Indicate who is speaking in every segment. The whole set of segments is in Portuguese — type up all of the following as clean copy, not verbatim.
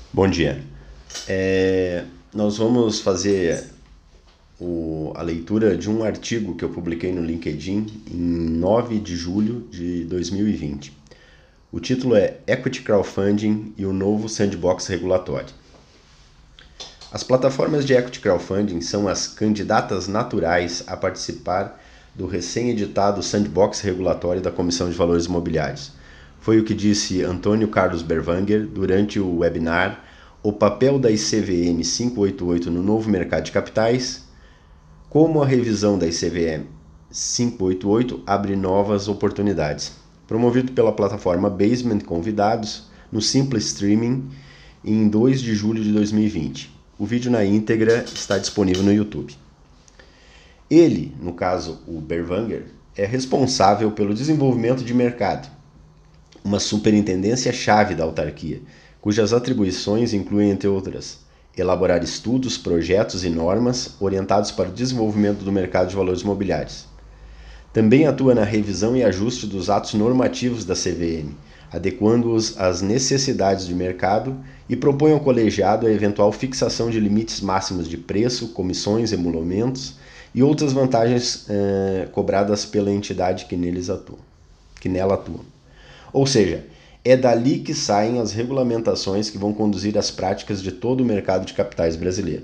Speaker 1: Bom dia. Nós vamos fazer a leitura de um artigo que eu publiquei no LinkedIn em 9 de julho de 2020. O título é Equity Crowdfunding e o novo sandbox regulatório. As plataformas de equity crowdfunding são as candidatas naturais a participar do recém-editado sandbox regulatório da Comissão de Valores Imobiliários. Foi o que disse Antônio Carlos Berwanger durante o webinar O papel da ICVM 588 no novo mercado de capitais, como a revisão da ICVM 588 abre novas oportunidades. Promovido pela plataforma Basement Convidados, no Simple Streaming, em 2 de julho de 2020. O vídeo na íntegra está disponível no YouTube. Ele, no caso o Berwanger, é responsável pelo desenvolvimento de mercado, uma superintendência-chave da autarquia, cujas atribuições incluem, entre outras, elaborar estudos, projetos e normas orientados para o desenvolvimento do mercado de valores imobiliários. Também atua na revisão e ajuste dos atos normativos da CVM, adequando-os às necessidades de mercado e propõe ao colegiado a eventual fixação de limites máximos de preço, comissões, emolumentos e outras vantagens cobradas pela entidade que nela atua. Ou seja, é dali que saem as regulamentações que vão conduzir as práticas de todo o mercado de capitais brasileiro.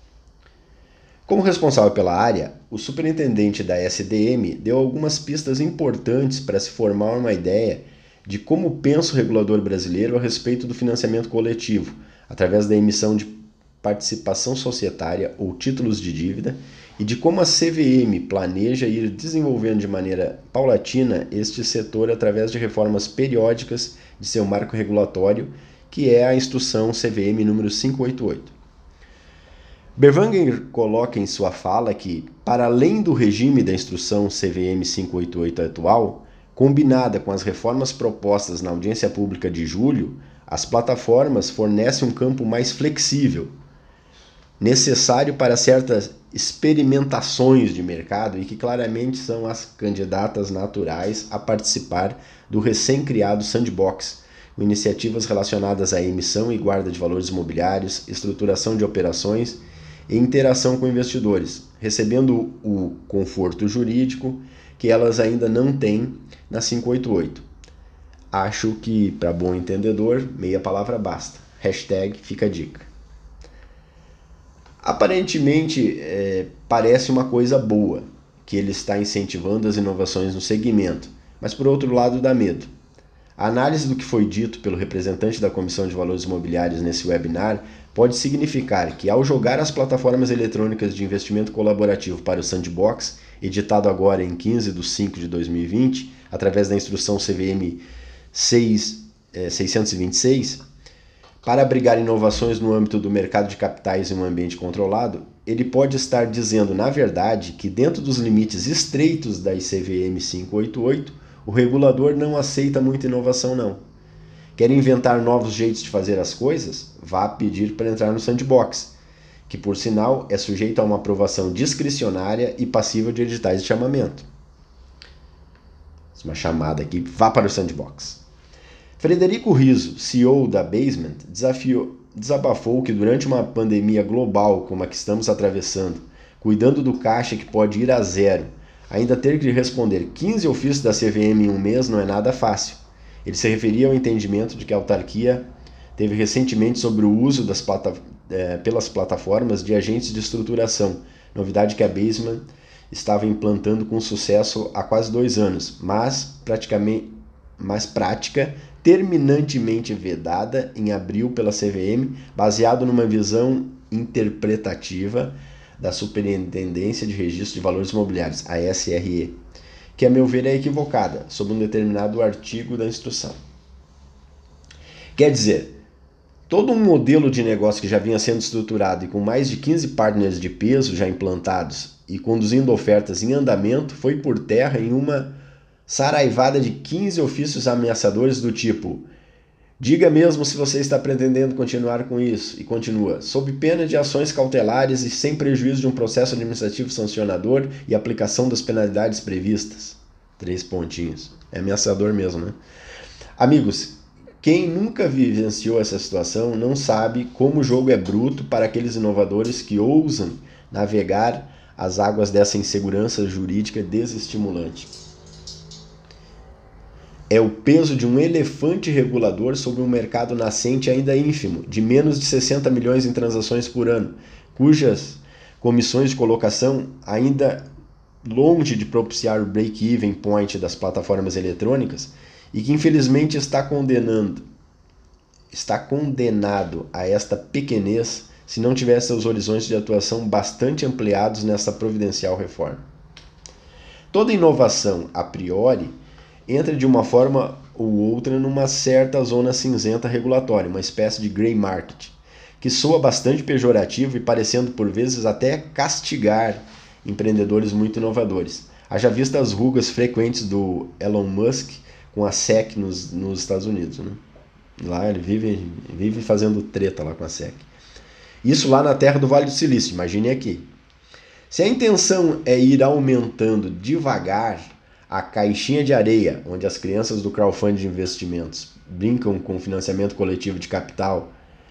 Speaker 1: Como responsável pela área, o superintendente da SDM deu algumas pistas importantes para se formar uma ideia de como pensa o regulador brasileiro a respeito do financiamento coletivo, através da emissão de participação societária ou títulos de dívida, e de como a CVM planeja ir desenvolvendo de maneira paulatina este setor através de reformas periódicas de seu marco regulatório, que é a Instrução CVM número 588. Berwanger coloca em sua fala que, para além do regime da Instrução CVM 588 atual, combinada com as reformas propostas na audiência pública de julho, as plataformas fornecem um campo mais flexível, necessário para certas experimentações de mercado e que claramente são as candidatas naturais a participar do recém-criado Sandbox, com iniciativas relacionadas à emissão e guarda de valores imobiliários, estruturação de operações e interação com investidores, recebendo o conforto jurídico que elas ainda não têm na 588. Acho que, para bom entendedor, meia palavra basta. Hashtag fica a dica. Aparentemente, parece uma coisa boa que ele está incentivando as inovações no segmento, mas por outro lado dá medo. A análise do que foi dito pelo representante da Comissão de Valores Imobiliários nesse webinar pode significar que, ao jogar as plataformas eletrônicas de investimento colaborativo para o Sandbox, editado agora em 15 de 5 de 2020, através da Instrução CVM 626, para abrigar inovações no âmbito do mercado de capitais em um ambiente controlado, ele pode estar dizendo, na verdade, que dentro dos limites estreitos da ICVM 588, o regulador não aceita muita inovação não. Quer inventar novos jeitos de fazer as coisas? Vá pedir para entrar no Sandbox, que por sinal é sujeito a uma aprovação discricionária e passível de editais de chamamento. Uma chamada aqui, vá para o Sandbox. Frederico Rizzo, CEO da Basement, desabafou que durante uma pandemia global como a que estamos atravessando, cuidando do caixa que pode ir a zero, ainda ter que responder 15 ofícios da CVM em um mês não é nada fácil. Ele se referia ao entendimento de que a autarquia teve recentemente sobre o uso pelas plataformas de agentes de estruturação, novidade que a Basement estava implantando com sucesso há quase 2 anos, mas prática terminantemente vedada em abril pela CVM, baseado numa visão interpretativa da Superintendência de Registro de Valores Imobiliários, a SRE, que a meu ver é equivocada, sob um determinado artigo da instrução. Quer dizer, todo um modelo de negócio que já vinha sendo estruturado e com mais de 15 partners de peso já implantados e conduzindo ofertas em andamento foi por terra em uma saraivada de 15 ofícios ameaçadores do tipo: diga mesmo se você está pretendendo continuar com isso, e continua, sob pena de ações cautelares e sem prejuízo de um processo administrativo sancionador e aplicação das penalidades previstas. 3 pontinhos. É ameaçador mesmo, né? Amigos, Quem nunca vivenciou essa situação não sabe como o jogo é bruto para aqueles inovadores que ousam navegar as águas dessa insegurança jurídica desestimulante. É o peso de um elefante regulador sobre um mercado nascente ainda ínfimo, de menos de 60 milhões em transações por ano, cujas comissões de colocação ainda longe de propiciar o break-even point das plataformas eletrônicas e que infelizmente está condenado a esta pequenez se não tiver seus horizontes de atuação bastante ampliados nesta providencial reforma. Toda inovação, a priori, entra de uma forma ou outra numa certa zona cinzenta regulatória, uma espécie de grey market, que soa bastante pejorativo e parecendo por vezes até castigar empreendedores muito inovadores. Haja vista as rugas frequentes do Elon Musk com a SEC nos Estados Unidos. Né? Lá ele vive fazendo treta lá com a SEC. Isso lá na terra do Vale do Silício, imagine aqui. Se a intenção é ir aumentando devagar a caixinha de areia, onde as crianças do crowdfunding de investimentos brincam com financiamento coletivo de capital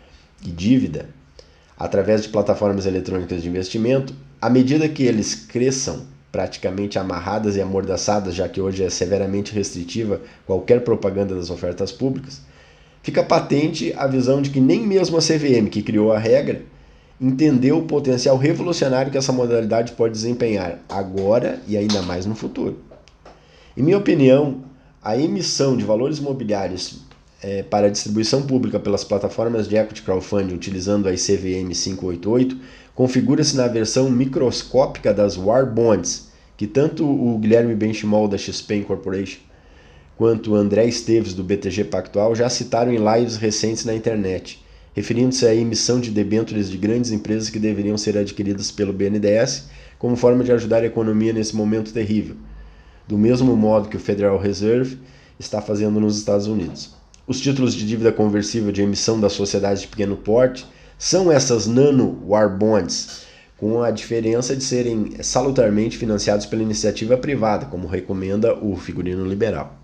Speaker 1: e dívida, através de plataformas eletrônicas de investimento, à medida que eles cresçam, praticamente amarradas e amordaçadas, já que hoje é severamente restritiva qualquer propaganda das ofertas públicas, fica patente a visão de que nem mesmo a CVM, que criou a regra, entendeu o potencial revolucionário que essa modalidade pode desempenhar agora e ainda mais no futuro. Em minha opinião, a emissão de valores imobiliários para distribuição pública pelas plataformas de equity crowdfunding utilizando a CVM 588 configura-se na versão microscópica das War Bonds, que tanto o Guilherme Benchimol da XP Incorporation quanto o André Esteves do BTG Pactual já citaram em lives recentes na internet, referindo-se à emissão de debêntures de grandes empresas que deveriam ser adquiridas pelo BNDES como forma de ajudar a economia nesse momento terrível, do mesmo modo que o Federal Reserve está fazendo nos Estados Unidos. Os títulos de dívida conversível de emissão das sociedades de pequeno porte são essas nano war bonds, com a diferença de serem salutarmente financiados pela iniciativa privada, como recomenda o figurino liberal.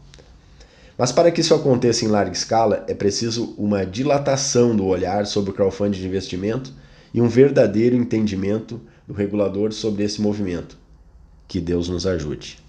Speaker 1: Mas para que isso aconteça em larga escala, é preciso uma dilatação do olhar sobre o crowdfunding de investimento e um verdadeiro entendimento do regulador sobre esse movimento. Que Deus nos ajude.